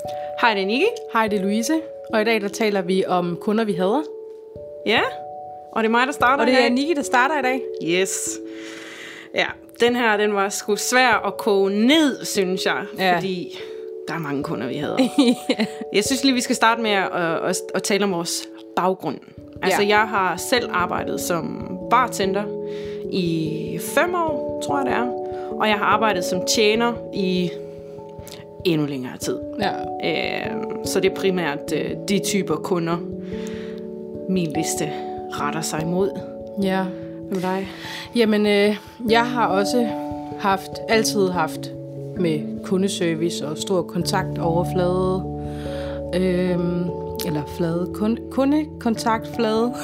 Hej, det er Nikki. Hej, det er Louise. Og i dag der taler vi om kunder, vi hader. Ja, og det er mig, der starter. Og det er Nikki, der starter i dag. Yes. Ja, den her, den var sgu svær at koge ned, synes jeg. Ja. Fordi der er mange kunder, vi hader. Ja. Jeg synes lige, vi skal starte med at tale om vores baggrund. Altså, jeg har selv arbejdet som bartender i 5 år, tror jeg det er. Og jeg har arbejdet som tjener i endnu længere tid. Ja. Så det er primært de typer kunder, min liste retter sig imod. Ja. Hvad med dig? Jamen, jeg har også altid haft med kundeservice og stor kontaktoverflade. Eller flade. Kundekontaktflade.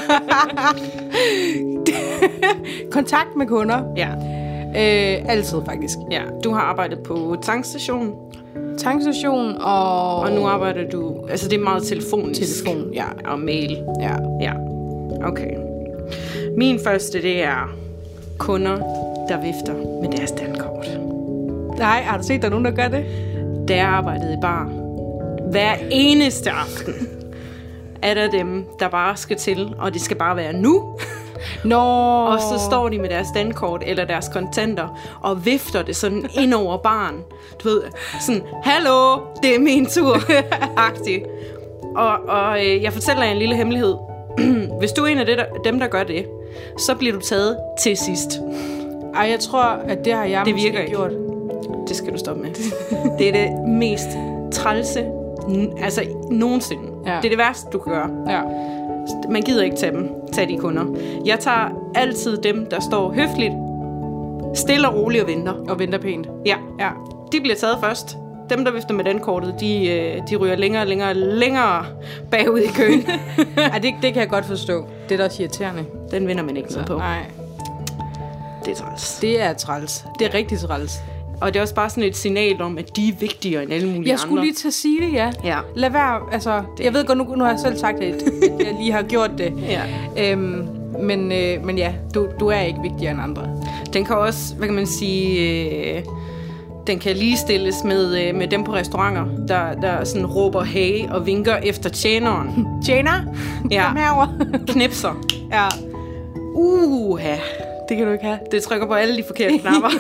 Kontakt med kunder. Ja. Altid faktisk. Ja, du har arbejdet på tankstation. Og nu arbejder du... Altså, det er meget telefonisk. Telefon, ja. Og mail. Ja. Okay. Min første, det er kunder, der vifter med deres dankort. Nej, har du set, der er nogen, der gør det? Da jeg arbejdede i bar, hver eneste aften, er der dem, der bare skal til, og det skal bare være nu. Og så står de med deres dankort eller deres kontanter og vifter det sådan ind over baren. Du ved, sådan, hallo, det er min tur. Agtigt. Og jeg fortæller jer en lille hemmelighed. Hvis du er en af dem, der gør det, så bliver du taget til sidst. Ej, jeg tror, at det har jeg det måske gjort. Det skal du stoppe med. Det er det mest trælse, altså nogensinde. Ja. Det er det værste, du kan gøre. Ja. Man gider ikke tage de kunder. Jeg tager altid dem, der står høfligt, stille og roligt og venter. Og venter pænt. Ja. De bliver taget først. Dem, der vifter med dankortet, de ryger længere bagud i køen. Ej, det kan jeg godt forstå. Det er da også irriterende. Den vinder man ikke noget på. Nej. Det er træls. Det er træls. Det er rigtig træls. Og det er også bare sådan et signal om, at de er vigtigere end alle mulige andre. Jeg skulle lige til at sige det, ja. Lad være, altså, jeg ved godt, nu har jeg selv sagt, at jeg lige har gjort det. Ja. Men ja, du er ikke vigtigere end andre. Den kan også, hvad kan man sige, den kan ligestilles med dem på restauranter, der sådan råber hey og vinker efter tjeneren. Tjener? Ja. Kom herover. Knipser. Ja. Det kan du ikke have. Det trykker på alle de forkerte knapper.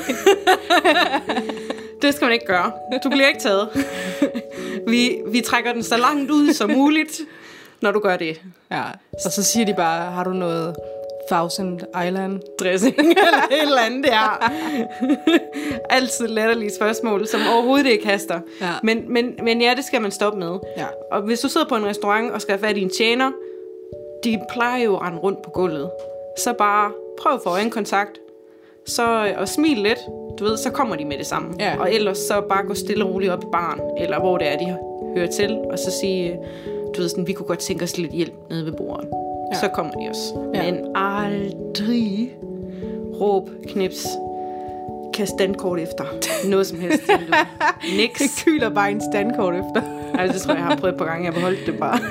Det skal man ikke gøre. Du bliver ikke taget. Vi trækker den så langt ud som muligt, når du gør det. Ja. Og så siger de bare, har du noget Thousand Island dressing eller et eller andet der. Altid latterlige spørgsmål, som overhovedet ikke kaster. Ja. Men ja, det skal man stoppe med. Ja. Og hvis du sidder på en restaurant og skal have fat i en tjener, de plejer jo at rende rundt på gulvet. Så bare prøv at få øjenkontakt, og smil lidt, du ved, så kommer de med det samme. Ja. Og ellers så bare gå stille og roligt op i baren, eller hvor det er, de hører til, og så sige, du ved sådan, vi kunne godt tænke os lidt hjælp nede ved bordet. Ja. Så kommer de også. Ja. Men aldrig råb, knips, kast standkort efter. Noget som helst. Niks. Det kyler bare en standkort efter. Altså, det tror jeg har prøvet et par gange. Jeg har beholdt det bare.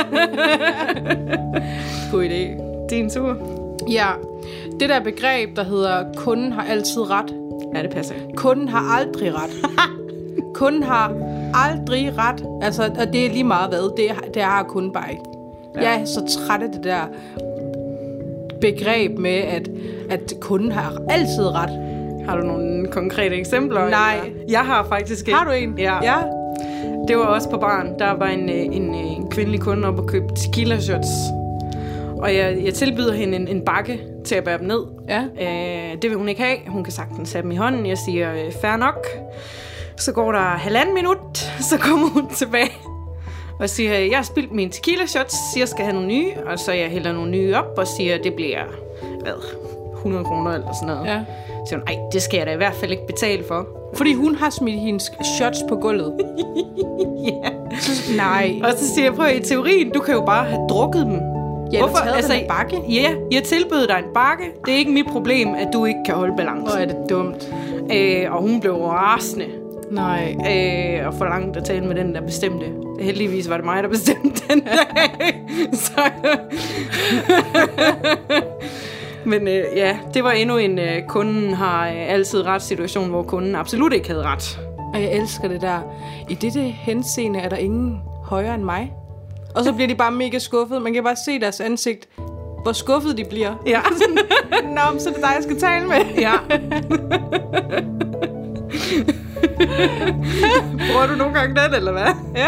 God idé. Din tur. Ja, det der begreb, der hedder, kunden har altid ret. Ja, det passer. Kunden har aldrig ret. Kunden har aldrig ret. Altså, og det er lige meget hvad. Det har kunden bare ikke. Ja. Jeg er så træt af det der begreb med, at kunden har altid ret. Har du nogle konkrete eksempler? Nej. Eller? Jeg har faktisk ikke. Har du en? Ja. Det var også på baren. Der var en kvindelig kunde op og købte tequila shots. Og jeg tilbyder hende en bakke til at bære dem ned. Ja. Det vil hun ikke have. Hun kan sagtens have dem i hånden. Jeg siger, fair nok. Så går der 1,5 minut. Så kommer hun tilbage og siger, jeg har spildt mine tequila shots. Jeg skal have nogle nye. Og så jeg hælder nogle nye op og siger, det bliver 100 kroner eller sådan noget. Ja. Så siger hun, ej, det skal jeg da i hvert fald ikke betale for. Fordi hun har smidt hendes shots på gulvet. Ja. Nej. Og så siger jeg, prøv i teorien, du kan jo bare have drukket dem. Ja, hvorfor? Altså, en bakke? Ja, jeg tilbød dig en bakke. Det er ikke mit problem, at du ikke kan holde balancen. Hvor er det dumt. Og hun blev rasende. Nej. Og forlangte at tale med den, der bestemte. Heldigvis var det mig, der bestemte den dag. Så... Men ja, det var endnu en kunden har altid ret situation, hvor kunden absolut ikke havde ret. Og jeg elsker det der. I dette henseende er der ingen højere end mig. Og så bliver de bare mega skuffet. Man kan bare se deres ansigt, hvor skuffet de bliver. Ja. Nå, så er det dig, jeg skal tale med. Ja. Bruger du nogle gange den, eller hvad? Ja.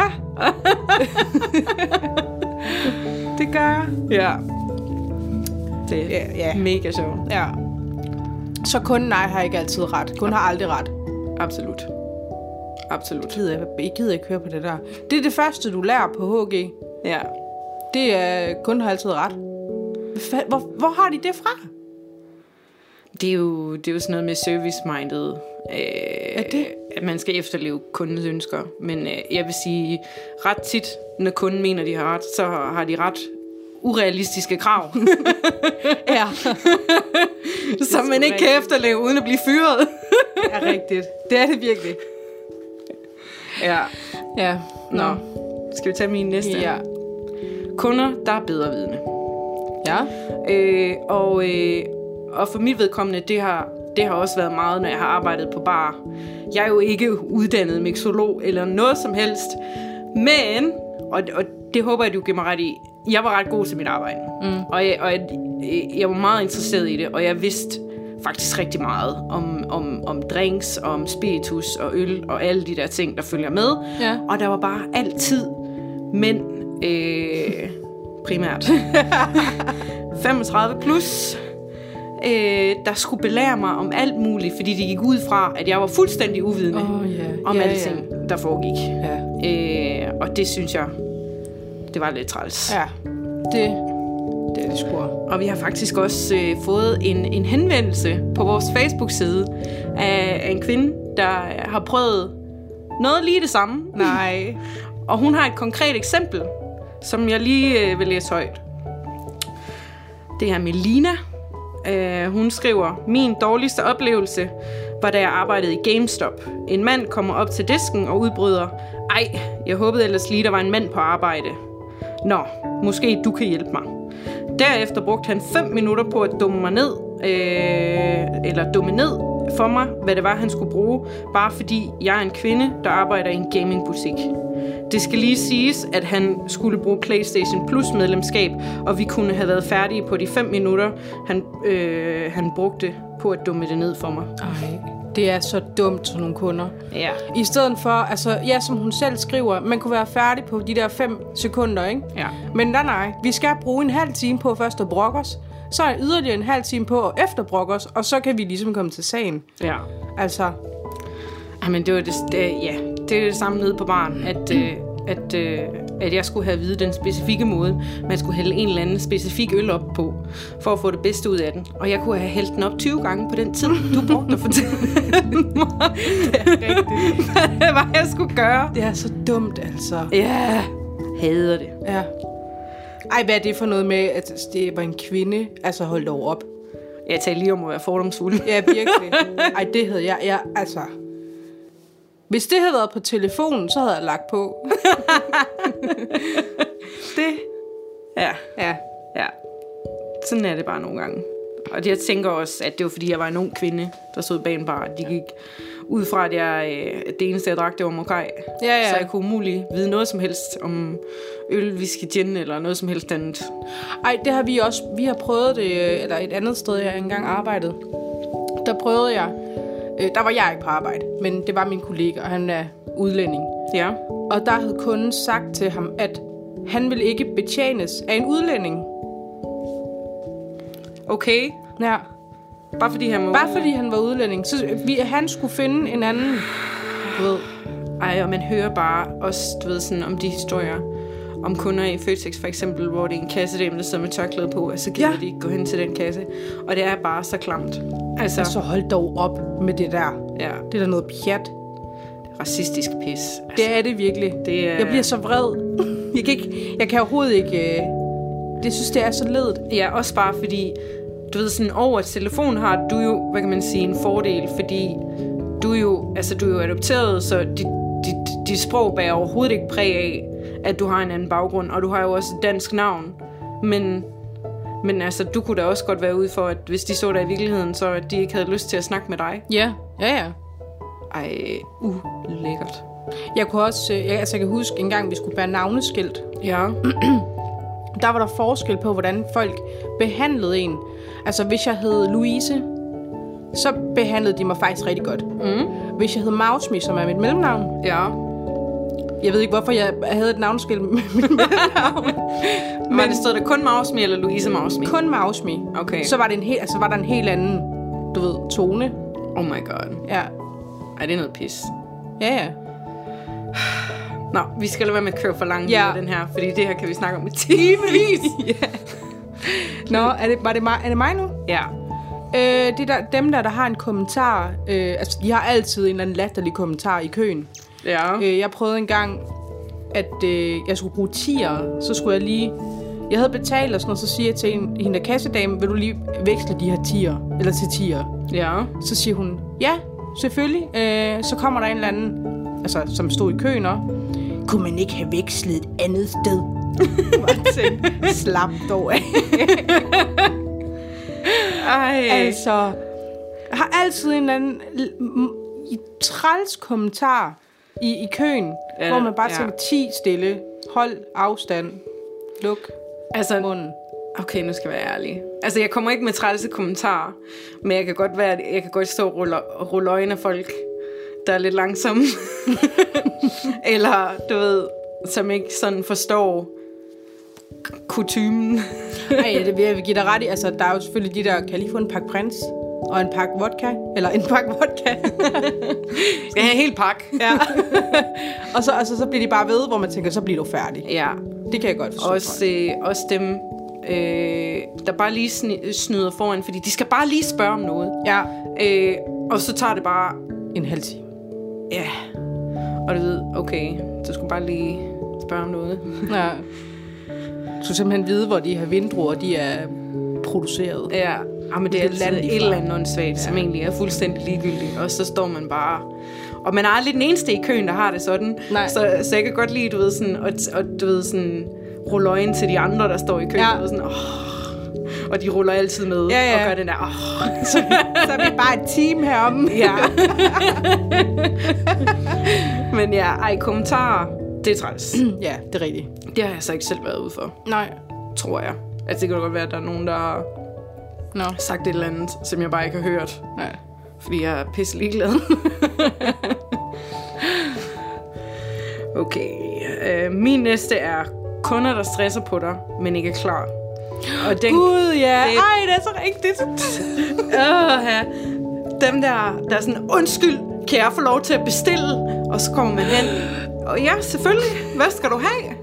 Det gør jeg. Ja. Det er mega sjovt. Ja. Så kun nej har ikke altid ret. Kun har aldrig ret. Absolut. Absolut. Jeg gider ikke høre på det der. Det er det første, du lærer på HG. Ja. Det er kun har altid ret. Hvor har de det fra? Det er jo sådan noget med service-minded. At man skal efterleve kundens ønsker. Men jeg vil sige, ret tit, når kunden mener, de har ret, så har de ret urealistiske krav. Ja. Som man ikke kan efterleve, uden at blive fyret. Det er rigtigt. Det er det virkelig. Ja. Ja. Nå. Skal vi tage min næste? Ja. Kunder, der er bedrevidende. Ja. Og for mit vedkommende, det har også været meget, når jeg har arbejdet på bar. Jeg er jo ikke uddannet mixolog eller noget som helst. Men, og det håber jeg, du giver mig ret i, jeg var ret god til mit arbejde. Og jeg var meget interesseret i det, og jeg vidste faktisk rigtig meget om drinks, om spiritus og øl og alle de der ting, der følger med. Ja. Og der var bare altid mænd, primært 35 plus, der skulle belære mig om alt muligt, fordi de gik ud fra, at jeg var fuldstændig uvidende om alting, der foregik. Ja. Og det synes jeg, det var lidt træls. Ja, det er det sgu. Og vi har faktisk også fået en henvendelse på vores Facebook-side af en kvinde, der har prøvet noget lige det samme. Nej. Og hun har et konkret eksempel, som jeg lige vil læse højt. Det her med Lina. Hun skriver: min dårligste oplevelse var, da jeg arbejdede i GameStop. En mand kommer op til disken og udbryder: ej, jeg håbede ellers lige, der var en mand på arbejde. Nå, måske du kan hjælpe mig. Derefter brugte han 5 minutter på at dumme ned for mig, hvad det var, han skulle bruge, bare fordi jeg er en kvinde, der arbejder i en gamingbutik. Det skal lige siges, at han skulle bruge PlayStation Plus medlemskab, og vi kunne have været færdige på de 5 minutter, han brugte på at dumme det ned for mig. Ej, det er så dumt, sådan nogle kunder. Ja. I stedet for, altså, ja, som hun selv skriver, man kunne være færdig på de der 5 sekunder, ikke? Ja. Men nej, vi skal bruge en halv time på først at brokke os, så er yderligere en halv time på at efterbrokke os, og så kan vi ligesom komme til sagen. Ja. Altså. Jamen, det var det er det samme nede på baren, at jeg skulle have videt den specifikke måde, man skulle hælde en eller anden specifik øl op på, for at få det bedste ud af den. Og jeg kunne have hældt den op 20 gange på den tid, du brugte at fortælle mig. Det er rigtigt. Hvad det var, jeg skulle gøre. Det er så dumt, altså. Ja, hader det. Ja. Ej, hvad er det for noget med, at det var en kvinde? Altså, hold dog op. Jeg taler lige om at være fordomsfuld. Ja, virkelig. Ej, det havde jeg altså. Hvis det havde været på telefonen, så havde jeg lagt på. Det. Ja. Ja. Ja. Sådan er det bare nogle gange. Og jeg tænker også, at det var fordi, jeg var en ung kvinde, der stod bag en bar. De gik ud fra, at det eneste, jeg drak, det var Mokai. Ja. Så jeg kunne umuligt vide noget som helst om øl, whisky, gin eller noget som helst andet. Ej, det har vi også. Vi har prøvet det, eller et andet sted, jeg engang arbejdede. Der prøvede jeg. Der var jeg ikke på arbejde, men det var min kollega, og han er udlænding. Ja. Og der havde kunden sagt til ham, at han ville ikke betjenes af en udlænding. Okay. Ja. Bare fordi han var udlænding. Så han skulle finde en anden, du ved. Ej, og man hører bare også, du ved, sådan om de historier om kunder i Føtex for eksempel, hvor det er en kassedame, der sidder med tørklæde på, og så gider de ikke gå hen til den kasse. Og det er bare så klamt. Altså hold dog op med det der. Ja. Det er da noget pjat. Racistisk pis. Altså, det er det virkelig. Det er... Jeg bliver så vred. Jeg kan overhovedet ikke... Det synes, det er så ledet. Ja, også bare fordi, du ved, sådan over telefon har du jo, hvad kan man sige, en fordel, fordi du er jo adopteret, så dit sprog bærer overhovedet ikke præg af, at du har en anden baggrund, og du har jo også et dansk navn. Men altså, du kunne da også godt være ude for, at hvis de så dig i virkeligheden, så at de ikke havde lyst til at snakke med dig. Ja. Ej, Lækkert. Jeg kunne også, jeg kan huske en gang, vi skulle bære navneskilt. Ja. Der var der forskel på, hvordan folk behandlede en. Altså, hvis jeg hed Louise, så behandlede de mig faktisk rigtig godt. Hvis jeg hed Mausmi, som er mit mellemnavn. Ja. Jeg ved ikke, hvorfor jeg havde et navnskilt med mit mellemnavn. Men det stod der kun Mausmi eller Louise Mausmi? Kun Mausmi. Okay. Så var det var der en helt anden, du ved, tone. Oh my god. Ja. Ej, det er noget pis. Ja. Nå, vi skal lade være med at køre for langt med den her, fordi det her kan vi snakke om i timevis. Ja. Nå, er det mig nu? Ja. Det der, dem der har en kommentar, altså de har altid en eller anden latterlig kommentar i køen. Ja. Jeg prøvede en gang, at jeg skulle bruge 10'ere, så skulle jeg havde betalt og sådan noget, så siger jeg til hende der kassedame, vil du lige veksle de her 10'ere, eller til 10'ere? Ja. Så siger hun, ja, selvfølgelig. Så kommer der en eller anden, altså som stod i køen og, kunne man ikke have vekslet et andet sted? Slap dog af. Ej. Altså, jeg har altid en eller anden træls kommentar i køen, hvor man bare tænker, 10 stille, hold afstand, luk munden. Okay, nu skal jeg være ærlig. Altså, jeg kommer ikke med trælse kommentarer, men jeg kan godt stå og rulle øjne af folk, der er lidt langsomme. Eller, du ved, som ikke sådan forstår kutymen. Ej, det vil jeg give dig ret i. Altså, der er jo selvfølgelig de der, kan jeg lige få en pakke Prins? Og en pakke vodka? Eller en pakke vodka? Jeg har helt pakke. Ja. Og så bliver de bare ved, hvor man tænker, så bliver du færdig. Ja. Det kan jeg godt forstå. Også dem, der bare lige snyder foran, fordi de skal bare lige spørge om noget. Ja. Og så tager det bare en halv time. Ja. Og du ved, okay, du skulle bare lige spørge om noget. Ja. Du skal simpelthen vide, hvor de her vindruer, de er produceret. Ja. Men det er altid et eller andet åndssvagt, som egentlig er fuldstændig ligegyldigt. Og så står man bare... Og man er aldrig den eneste i køen, der har det sådan. Så jeg kan godt lide, du ved, sådan, og du ved, sådan, rulle øjne til de andre, der står i køen. Ja. Og, sådan, og de ruller altid med og gør den der... Så er vi bare et team heromme. Ja. Men ja, kommentarer, det er træls. Ja, det er rigtigt. Det har jeg så ikke selv været ude for. Nej. Tror jeg. Altså, det kan godt være, at der er nogen, der har sagt et eller andet, som jeg bare ikke har hørt. Ja. Fordi jeg er pisse ligeglad. Okay. Min næste er kunder, der stresser på dig, men ikke er klar. Og den, Gud, ja. Ej, det er så rigtigt. Dem der er sådan, undskyld, kan jeg få lov til at bestille? Og så kommer man hen. Og ja, selvfølgelig. Hvad skal du have?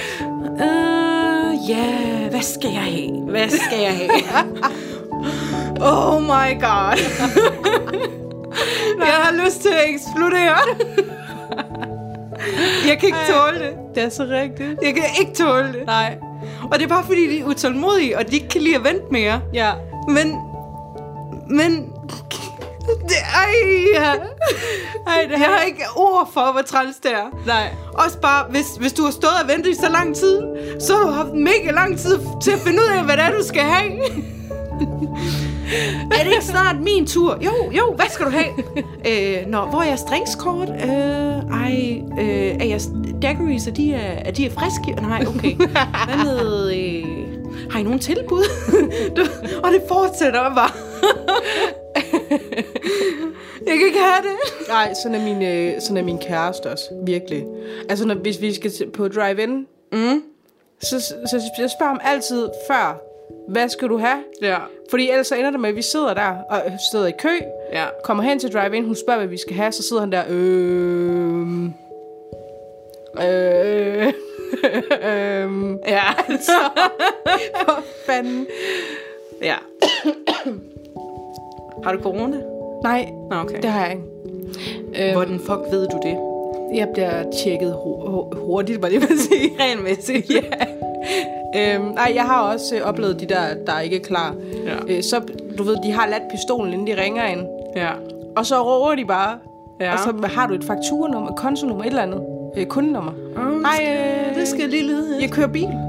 Ja, hvad skal jeg have? Hvad skal jeg have? Oh my god. Jeg har lyst til at eksplodere. Jeg kan ikke tåle det. Det er så rigtigt. Jeg kan ikke tåle det. Nej. Og det er bare fordi, de er utålmodige, og de ikke kan lide at vente mere. Ja. Men jeg har ikke ord for, hvor træls det er. Nej. Også bare, hvis du har stået og ventet i så lang tid, så har du haft mega lang tid til at finde ud af, hvad det er, du skal have. Er det ikke snart min tur? Jo, hvad skal du have? Hvor er jeres drinkskort? Er jeres daiquiris, er de friske? Nej, okay. Hvad med... har I nogen tilbud? Og det fortsætter bare. Jeg kan ikke have det. Nej, sådan er min kæreste også. Virkelig. Altså, hvis vi skal på drive-in, så jeg spørger ham altid før, hvad skal du have? Ja. Fordi ellers så ender det med, at vi sidder der og sidder i kø, kommer hen til drive-in, hun spørger, hvad vi skal have, så sidder han der, ja, altså, for fanden. Ja. Har du corona? Nej, okay. Det har jeg ikke. Hvordan fuck ved du det? Jeg bliver tjekket hurtigt, var det man sige. Regelmæssigt. Ja. Nej, jeg har også oplevet de der ikke er klar. Ja. Så, du ved, de har ladt pistolen, inden de ringer ind. Ja. Og så råber de bare. Ja. Og så har du et fakturenummer, kontonummer, et eller andet. Kundenummer. Nej, det skal jeg lige lede. Jeg kører bil.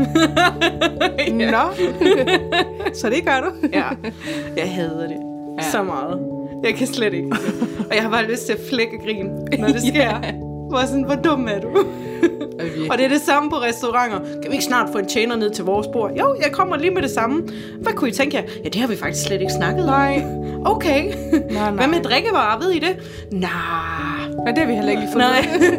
Nå. Så det gør du. Ja. Jeg hader det så meget. Jeg kan slet ikke. Og jeg har bare lyst til at flække grin, når det sker. Hvor sådan, hvor dum er du? Og det er det samme på restauranter. Kan vi ikke snart få en tjener ned til vores bord? Jo, jeg kommer lige med det samme. Hvad kunne I tænke jer? Ja, det har vi faktisk slet ikke snakket om. Nej. Okay. Nej. Hvad med drikkevarer? Ved I det? Nej. Ja, det har vi heller ikke lige fundet.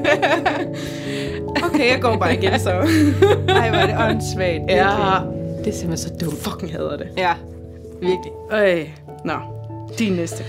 Okay, jeg går bare igen så. Ej, hvor er det åndssvagt. Ja. Det er simpelthen så dumt. Fucking hader det. Ja, virkelig. Nå, din næste.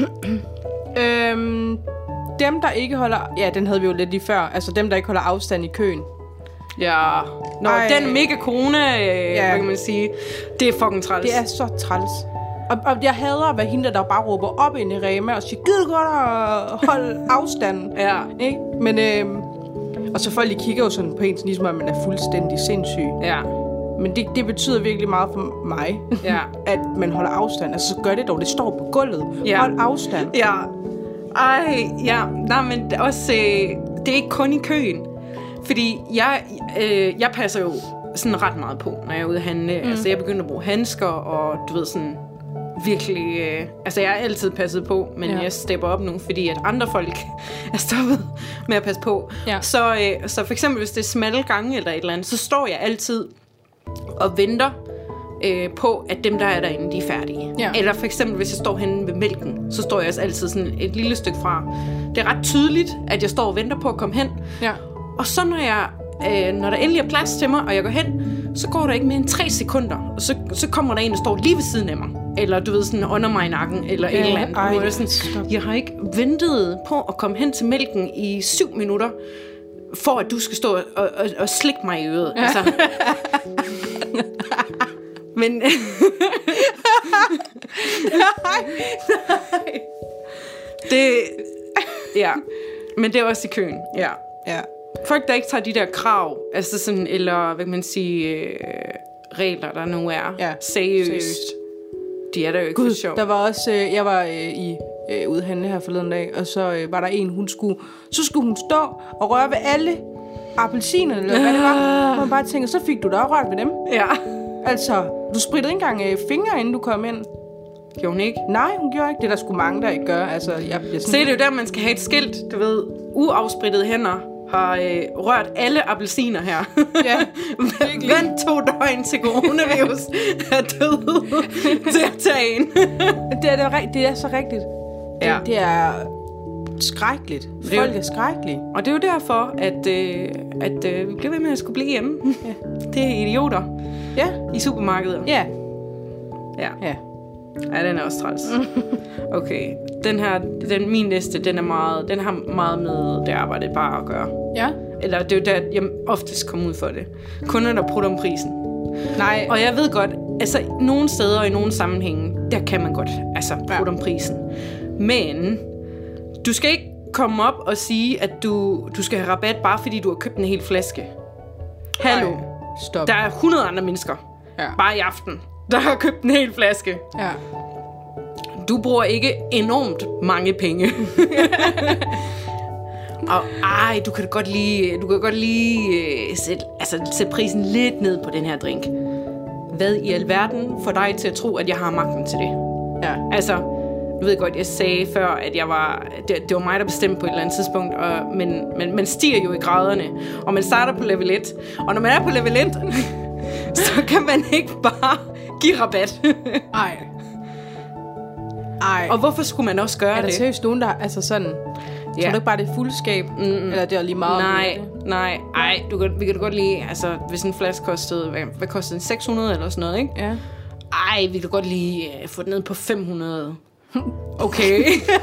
Dem, der ikke holder... Ja, den havde vi jo lidt lige før. Altså dem, der ikke holder afstand i køen. Ja. Nå, den mega corona, hvad kan man sige. Det er fucking træls. Det er så træls. Og jeg hader, hvad hende, der bare råber op ind i Rema og siger, gid godt at holde afstanden. Ja. Ikke? Men, og så folk, de kigger jo sådan på en, ligesom at man er fuldstændig sindssyg. Ja. Men det betyder virkelig meget for mig, at man holder afstand. Altså, så gør det dog. Det står på gulvet. Ja. Hold afstand. Ja. Ej, ja. Nej, men også, det er ikke kun i køen. Fordi jeg passer jo sådan ret meget på, når jeg er ude at handle. Altså, jeg begynder at bruge handsker, og du ved sådan... virkelig... altså, jeg har altid passet på, men jeg stepper op nu, fordi at andre folk er stoppet med at passe på. Ja. Så for eksempel, hvis det er smalle gange eller et eller andet, så står jeg altid og venter på, at dem, der er derinde, de er færdige. Ja. Eller for eksempel, hvis jeg står henne ved mælken, så står jeg også altid sådan et lille stykke fra. Det er ret tydeligt, at jeg står og venter på at komme hen. Ja. Og så når der endelig er plads til mig, og jeg går hen, så går der ikke mere end 3 sekunder, og så kommer der en, der står lige ved siden af mig. Eller du ved, sådan under mig i nakken, eller et eller andet. Ej, sådan, jeg har ikke ventet på at komme hen til mælken i 7 minutter, for at du skal stå og slikke mig i øret. Ja. Altså. Men... nej. Det... Ja. Men det er også i køen. Ja. Ja. Folk, der ikke tager de der krav, altså sådan, eller hvad kan man sige, regler, der nu er, seriøst. De er der jo ikke for sjov. Der var også, jeg var ude handle her forleden dag, og så var der en, så skulle hun stå og røre ved alle appelsinerne, eller hvad det var. Og man bare tænker, så fik du da rørt ved dem. Ja. Altså, du sprittede ikke engang fingre, inden du kom ind. Gjorde hun ikke? Nej, hun gjorde ikke. Det er der sgu mange, der ikke gør. Altså, jeg sådan... Se, det er jo der, man skal have et skilt, du ved, uafsprittede hænder. Har rørt alle appelsiner her. Ja, vent 2 døgn til coronavirus er død til at tage en. Det er så rigtigt. Det er skrækkeligt. Folk er skrækkelige. Og det er jo derfor, at vi bliver ved med at skulle blive hjemme. Ja. Det er idioter. Ja. I supermarkedet. Ja. Ja. Ja. Ja, den er også træls. Okay, min næste, den har meget med det arbejde bare at gøre. Ja. Eller det er jo der, jeg oftest kommer ud for det. Kunder, der prutter om prisen. Nej. Og jeg ved godt, altså nogle steder og i nogle sammenhænge, der kan man godt prutte om prisen. Men du skal ikke komme op og sige, at du skal have rabat, bare fordi du har købt en hel flaske. Hallo. Stop. Der er 100 andre mennesker, bare i aften, der har købt en hel flaske. Ja. Du bruger ikke enormt mange penge. Og du kan godt lige sætte prisen lidt ned på den her drink. Hvad i alverden får dig til at tro, at jeg har magten til det? Ja. Altså, du ved godt, jeg sagde før, at det var mig, der bestemte på et eller andet tidspunkt, men man stiger jo i graderne, og man starter på level 1. Og når man er på level 1, så kan man ikke bare give rabat. Ej. Og hvorfor skulle man også gøre det? Er der seriøst nogen, der altså sådan... Ja. Tror du ikke bare, det er fuldskab? Eller det er lige meget? Nej. Ej, vi kan da godt lige... Altså, hvis en flaske kostede... Hvad kostede den? 600 eller sådan noget, ikke? Ja. Ej, vi kan godt lige få den ned på 500. Okay.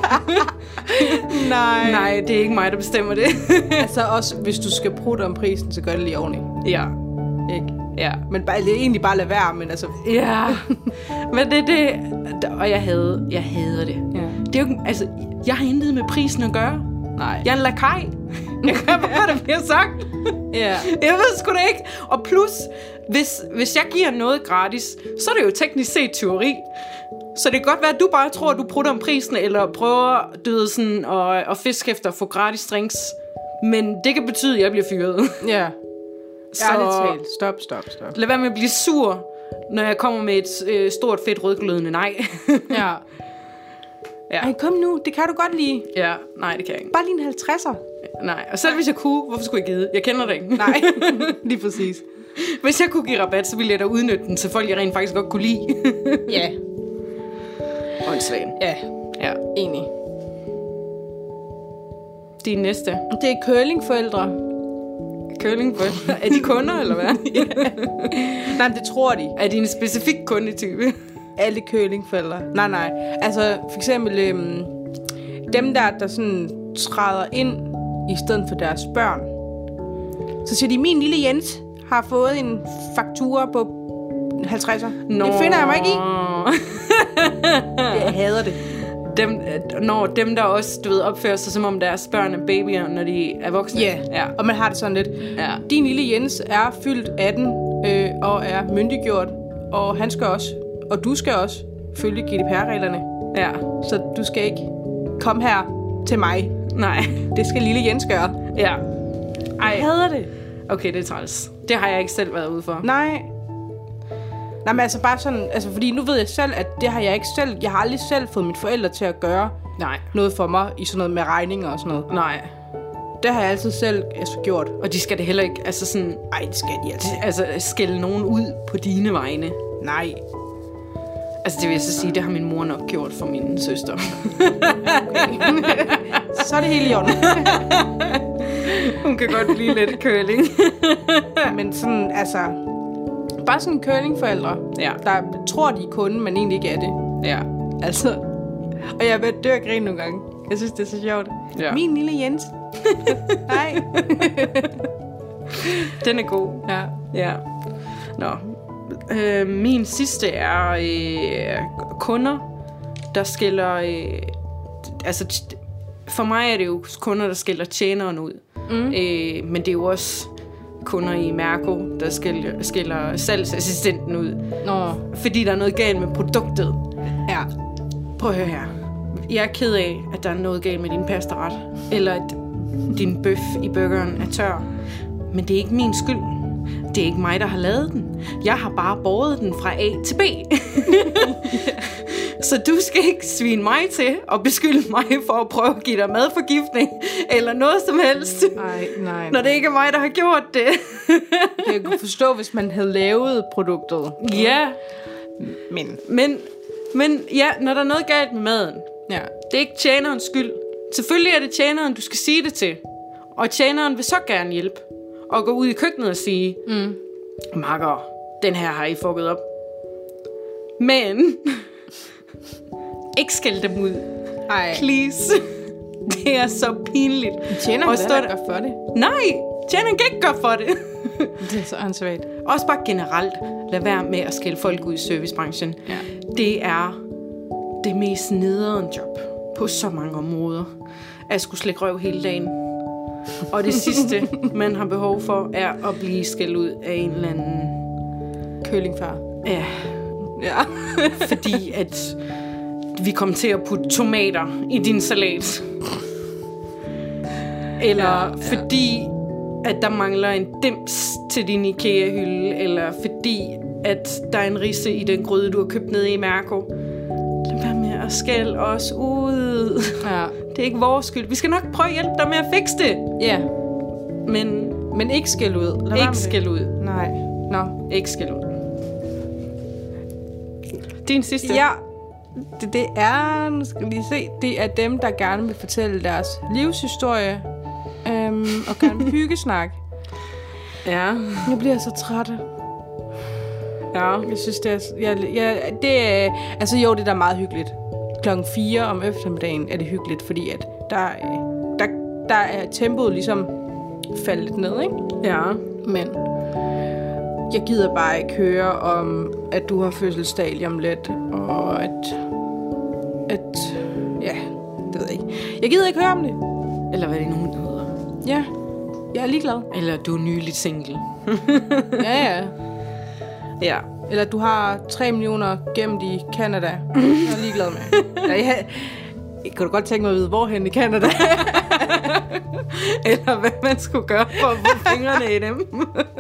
Nej, det er ikke mig, der bestemmer det. Altså også, hvis du skal prutte om prisen, så gør det lige ordentligt. Ja. Ikke? Ja. Men det er egentlig bare lade være, men altså... Ja. Men det... Og jeg hader det. Ja. Det er jo... Altså, jeg har intet med prisen at gøre. Nej. Jeg er en lakaj. Jeg kan bare, der bliver sagt. Ja. Jeg ved sgu da ikke. Og plus, hvis jeg giver noget gratis, så er det jo teknisk set tyveri. Så det kan godt være, at du bare tror, at du prutter om prisen, eller prøver, du ved, sådan, at fiske efter at få gratis drinks. Men det kan betyde, at jeg bliver fyret. Ja. Så stop. Lad være med at blive sur, når jeg kommer med et stort, fedt, rødglødende nej. Ja. Ja. Ej, kom nu, det kan du godt lide. Ja, nej, det kan jeg ikke. Bare lige en 50'er. Nej, og selv hvis jeg kunne, hvorfor skulle jeg give det? Jeg kender det ikke. Nej, lige præcis. Hvis jeg kunne give rabat, så ville jeg da udnytte den til folk, jeg rent faktisk godt kunne lide. Ja. Åndssvagt. Ja, enig. Din næste. Det er curlingforældre. Curlingforældre? Er de kunder, eller hvad? Ja. Nej, men det tror de. Er de en specifik kundetype? Alle curlingforældre. Nej. Altså, for eksempel dem der sådan træder ind i stedet for deres børn. Så siger de, min lille Jens har fået en faktura på 50'er. Det finder jeg mig ikke i. Jeg hader det. Dem der også, du ved, opfører sig som om deres børn er babyer, når de er voksne. Ja, og man har det sådan lidt. Ja. Din lille Jens er fyldt 18 og er myndiggjort, og han skal også, og du skal også følge GDPR-reglerne. Ja. Så du skal ikke komme her til mig. Nej. Det skal lille Jens gøre. Ja. Ej. Jeg hader det. Okay, det er træls. Det har jeg ikke selv været ude for. Nej, men altså bare sådan, altså fordi nu ved jeg selv, at det har jeg ikke selv, jeg har aldrig selv fået mine forældre til at gøre noget for mig i sådan noget med regninger og sådan noget. Nej. Det har jeg altid selv gjort. Og de skal det heller ikke, altså sådan... Ej, det skal de altså. Altså skælde nogen ud på dine vegne. Nej. Altså det vil jeg så sige, det har min mor nok gjort for min søster. Så er det helt i orden. Hun kan godt blive lidt curling. Men sådan, altså... Bare sådan curlingforældre, der tror, de er kunde, men egentlig ikke er det. Ja. Altså... Og jeg er ved at dø og grine nogle gange. Jeg synes, det er så sjovt. Ja. Min lille Jens. Nej. Den er god. Ja. Ja. Nå. Min sidste er kunder, der skiller... altså, for mig er det jo kunder, der skiller tjeneren ud. Men det er jo også kunder i Mærko, der skiller salgsassistenten ud. Fordi der er noget galt med produktet. Ja. Prøv at høre her. Jeg er ked af, at der er noget galt med din pastaret. Eller at din bøf i burgeren er tør. Men det er ikke min skyld. Det er ikke mig, der har lavet den. Jeg har bare båret den fra A til B. Så du skal ikke svine mig til og beskylde mig for at prøve at give dig madforgiftning eller noget som helst. Nej. Når det ikke er mig, der har gjort det. Jeg kunne forstå, hvis man havde lavet produktet. Ja. Men ja, når der er noget galt med maden. Ja. Det er ikke tjenerens skyld. Selvfølgelig er det tjeneren, du skal sige det til. Og tjeneren vil så gerne hjælpe. Og gå ud i køkkenet og sige, makker, den her har I fucket op. Men ikke skæld dem ud. Ej. Please. Det er så pinligt. Tjeneren kan da gøre for det. Nej, tjeneren kan ikke gøre for det. Det er så ansvaret. Også bare generelt, lad være med at skælde folk ud i servicebranchen. Ja. Det er det mest nederen job på så mange områder. At skulle slække røv hele dagen. Og det sidste, man har behov for, er at blive skældt ud af en eller anden curlingfar. Ja. Fordi at vi kom til at putte tomater i din salat. Eller fordi at der mangler en dims til din IKEA-hylde. Eller fordi at der er en ridse i den gryde, du har købt nede i Mærko. Lad være med at skælde os ud. Ja. Det er ikke vores skyld. Vi skal nok prøve at hjælpe dig med at fikse det. Ja. Men ikke skælde ud. Ikke skælde ud. Nej. Nå. Ikke skælde ud. Din sidste. Ja. Det er, nu skal vi lige se, det er dem, der gerne vil fortælle deres livshistorie. Og gerne vil hyggesnak. Ja. Jeg bliver så træt. Ja. Jeg synes, det er... det er altså jo, det er da meget hyggeligt. 4:00 om eftermiddagen er det hyggeligt, fordi at der er tempoet ligesom faldet lidt ned, ikke? Ja. Men jeg gider bare ikke høre om, at du har fødselsdag lige om lidt, og at ja, det ved jeg ikke. Jeg gider ikke høre om det. Eller hvad det nu hedder. Ja, jeg er ligeglad. Eller du er nyligt single. Ja. Ja. Eller du har 3 millioner gemt i Canada. Jeg er ligeglad med. Jeg kunne godt tænke mig at vide, hvorhen i Canada. Eller hvad man skulle gøre for at få fingrene i dem.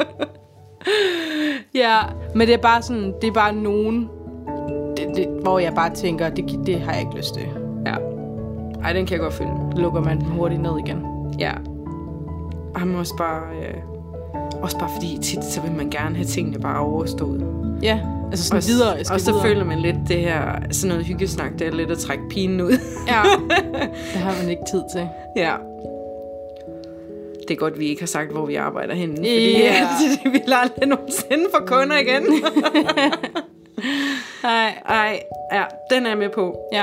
Ja, men det er bare sådan, det er bare nogen, hvor jeg bare tænker, det har jeg ikke lyst til. Ja. Ej, den kan jeg godt følge. Lukker man den hurtigt ned igen. Ja. Og han må også bare fordi tit, så vil man gerne have tingene bare overstået. Ja, altså sådan videre. Og så føler man lidt det her, sådan noget hyggesnak, det er lidt at trække pinen ud. Ja, det har man ikke tid til. Ja. Det er godt, vi ikke har sagt, hvor vi arbejder henne. Fordi det vil aldrig nogensinde få kunder igen. Ej, ja, den er jeg med på. Ja.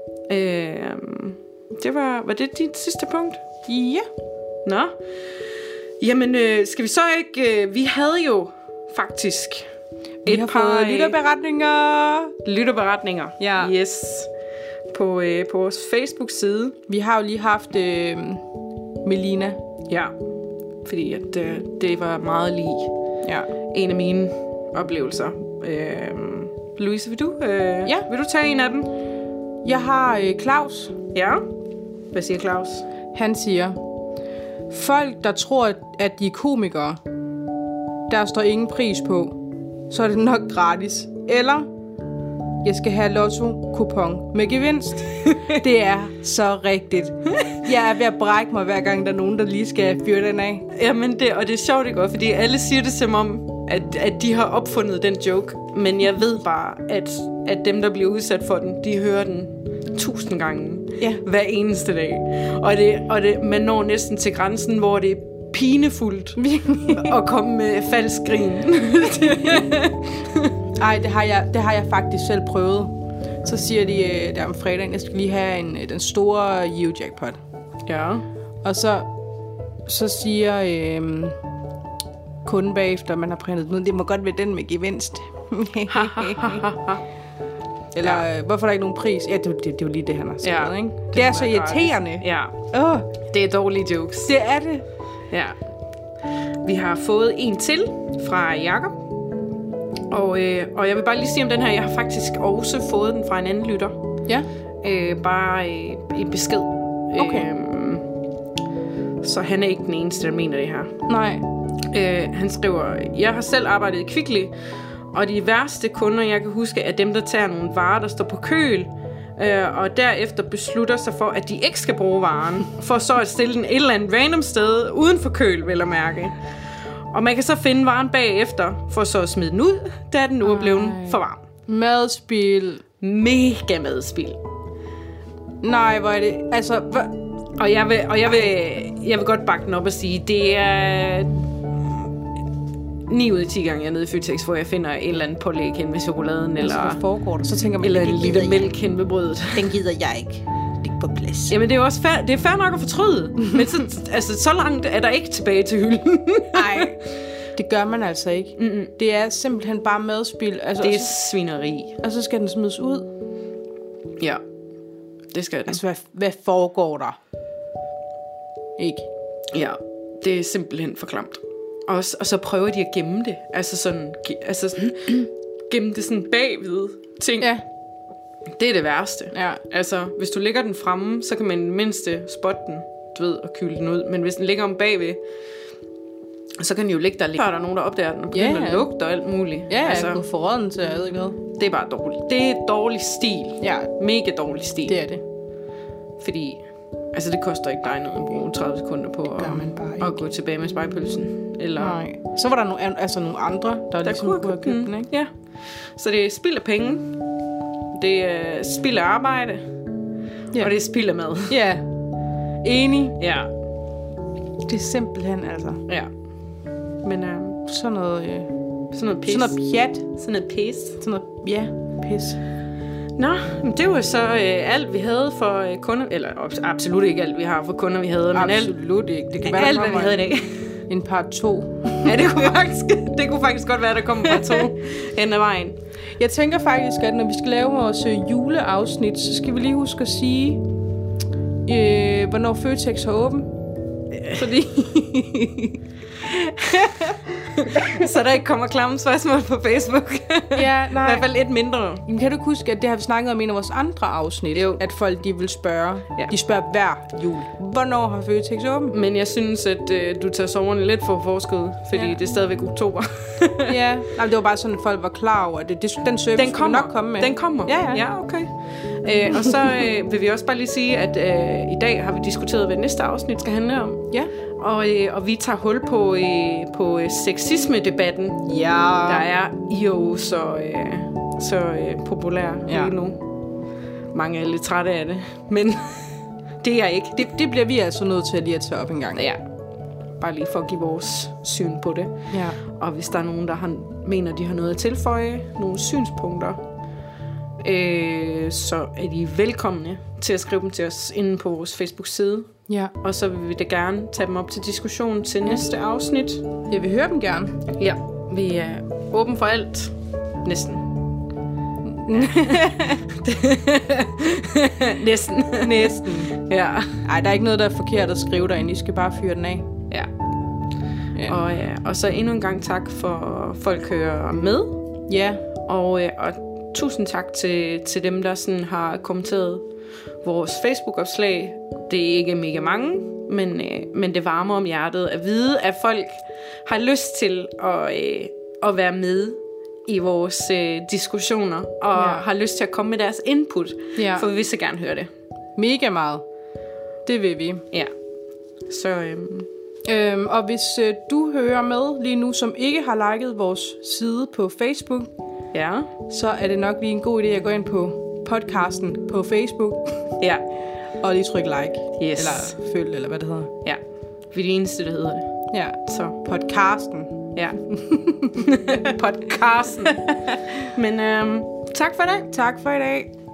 Var det dit sidste punkt? Ja. Nå. Jamen, skal vi så ikke... vi havde jo faktisk et par lytterberetninger. Ja. Yes. På vores Facebook-side. Vi har jo lige haft Melina. Ja. Fordi at, det var meget lige en af mine oplevelser. Louise, vil du tage en af dem? Jeg har Claus. Ja. Hvad siger Claus? Han siger: folk, der tror, at de er komikere, der står ingen pris på, så er det nok gratis. Eller, jeg skal have lotto-kupon med gevinst. Det er så rigtigt. Jeg er ved at brække mig, hver gang der er nogen, der lige skal fyre den af. Jamen, det er sjovt, ikke? Fordi alle siger det som om, at de har opfundet den joke. Men jeg ved bare, at dem, der bliver udsat for den, de hører den 1000 gange. Ja. Hver eneste dag. Og det, man når næsten til grænsen, hvor det er pinefuldt at komme med falsk grin. Ej, det har jeg faktisk selv prøvet. Så siger de der om fredagen, jeg skal lige have den store Eurojackpot. Ja. Og så siger kunden bagefter, man har printet den ud, det må godt være den med gevinst. Eller hvorfor er der ikke nogen pris? Ja, det er jo lige det, han har sagt, ikke? Det er så irriterende. Ja. Det er dårlige jokes. Det er det. Ja. Vi har fået en til fra Jakob. Og jeg vil bare lige sige om den her. Jeg har faktisk også fået den fra en anden lytter. Ja. Bare i besked. Okay. Så han er ikke den eneste, der mener det her. Nej. Han skriver: jeg har selv arbejdet i Kvickly, og de værste kunder, jeg kan huske, er dem, der tager nogle varer, der står på køl, og derefter beslutter sig for, at de ikke skal bruge varen, for så at stille den et eller andet random sted, uden for køl, vel at mærke. Og man kan så finde varen bagefter, for så at smide den ud, da den nu er blevet for varm. Madspil. Mega madspil. Nej, hvor er det... Altså... Og jeg vil godt bakke den op og sige, det er 9 ud af 10 gange, jeg er nede i Føtex, hvor jeg finder et eller andet pålæg hen med chokoladen, eller hvad foregår der? Så tænker man, eller en lille mælk hen ved brødet. Den gider jeg ikke. Ligge på plads. Jamen, det er jo også det er fair nok at fortryde. Men så langt er der ikke tilbage til hylden. Nej, det gør man altså ikke. Mm-mm. Det er simpelthen bare madspil. Altså, det er svineri. Og så skal den smides ud. Ja, det skal den. Altså, hvad foregår der? Ikke? Ja, det er simpelthen for klamt. Og så prøver de at gemme det. Altså sådan gemme det sådan bagved ting. Ja. Det er det værste. Ja. Altså, hvis du lægger den fremme, så kan man mindst spotte den, du ved, og kylde den ud. Men hvis den ligger om bagved, så kan den jo ligge der lidt. Før der er nogen, der opdager den, og begynder at lugte og alt muligt. Ja, altså, jeg kunne få råden til, jeg ved ikke hvad. Det er bare dårligt. Det er dårlig stil. Ja. Mega dårlig stil. Det er det. Fordi, altså det koster ikke dig noget at bruge 30 sekunder på at gå tilbage med spejpølsen. Eller... Nej. Så var der nogle andre, der ligesom kunne have købt den, ikke? Ja. Så det er spild af penge. Det er spild af arbejde. Ja. Og det er spild af mad. Ja. Enig. Ja. Det er simpelthen, altså. Ja. Men sådan noget pis. Sådan noget pjat. Sådan noget pis. Sådan noget, ja, pis. Nå, men det var så alt, vi havde for kunder. Eller absolut ikke alt, vi har for kunder, vi havde. Men absolut ikke. Det kan være, alt, hvad vi havde i dag. En part 2. Ja, det kunne faktisk godt være, der kom en part 2 hen ad vejen. Jeg tænker faktisk, at når vi skal lave vores juleafsnit, så skal vi lige huske at sige, hvornår Føtex har åben. Fordi... så der ikke kommer klamme spørgsmål på Facebook. Ja, nej. I hvert fald et mindre. Jamen, kan du ikke huske, at det har vi snakket om i en af vores andre afsnit? Jo. At folk, de vil spørge. Ja. De spørger hver jul. Hvornår har Føtex åben? Men jeg synes, at du tager sommerne lidt for forskud. Fordi det er stadigvæk oktober. Ja. Nej, det var bare sådan, at folk var klar over, at den service den kommer nok komme med. Den kommer? Ja. Ja, okay. Og så vil vi også bare lige sige, at i dag har vi diskuteret, hvad næste afsnit skal handle om. Ja. Og vi tager hul på sexisme-debatten, der er jo så populær lige nu. Mange er lidt trætte af det, men det er jeg ikke. Det bliver vi altså nødt til at lige at tage op en gang. Ja, bare lige for at give vores syn på det. Ja. Og hvis der er nogen, der mener, de har noget at tilføje, nogle synspunkter, så er de velkomne til at skrive dem til os inde på vores Facebook-side. Ja. Og så vil vi da gerne tage dem op til diskussion til næste afsnit. Jeg vil høre dem gerne. Ja, vi er åben for alt. Næsten. Næsten. Ja. Ej, der er ikke noget, der er forkert at skrive derinde. I skal bare fyre den af. Ja. Og så endnu en gang tak for folk hører med. Ja. Og tusind tak til dem, der sådan har kommenteret vores Facebook-opslag. Det er ikke mega mange, men det varmer om hjertet at vide, at folk har lyst til at være med i vores diskussioner, og har lyst til at komme med deres input, for vi vil så gerne høre det. Mega meget. Det vil vi. Ja. Så, og hvis du hører med lige nu, som ikke har liket vores side på Facebook, så er det nok lige en god idé at gå ind på podcasten på Facebook. Ja. Og lige trykke like. Yes. Eller følg, eller hvad det hedder. Ja. Vi er det eneste, der hedder det. Ja. Så podcasten. Ja. Podcasten. Men tak for i dag. Tak for i dag.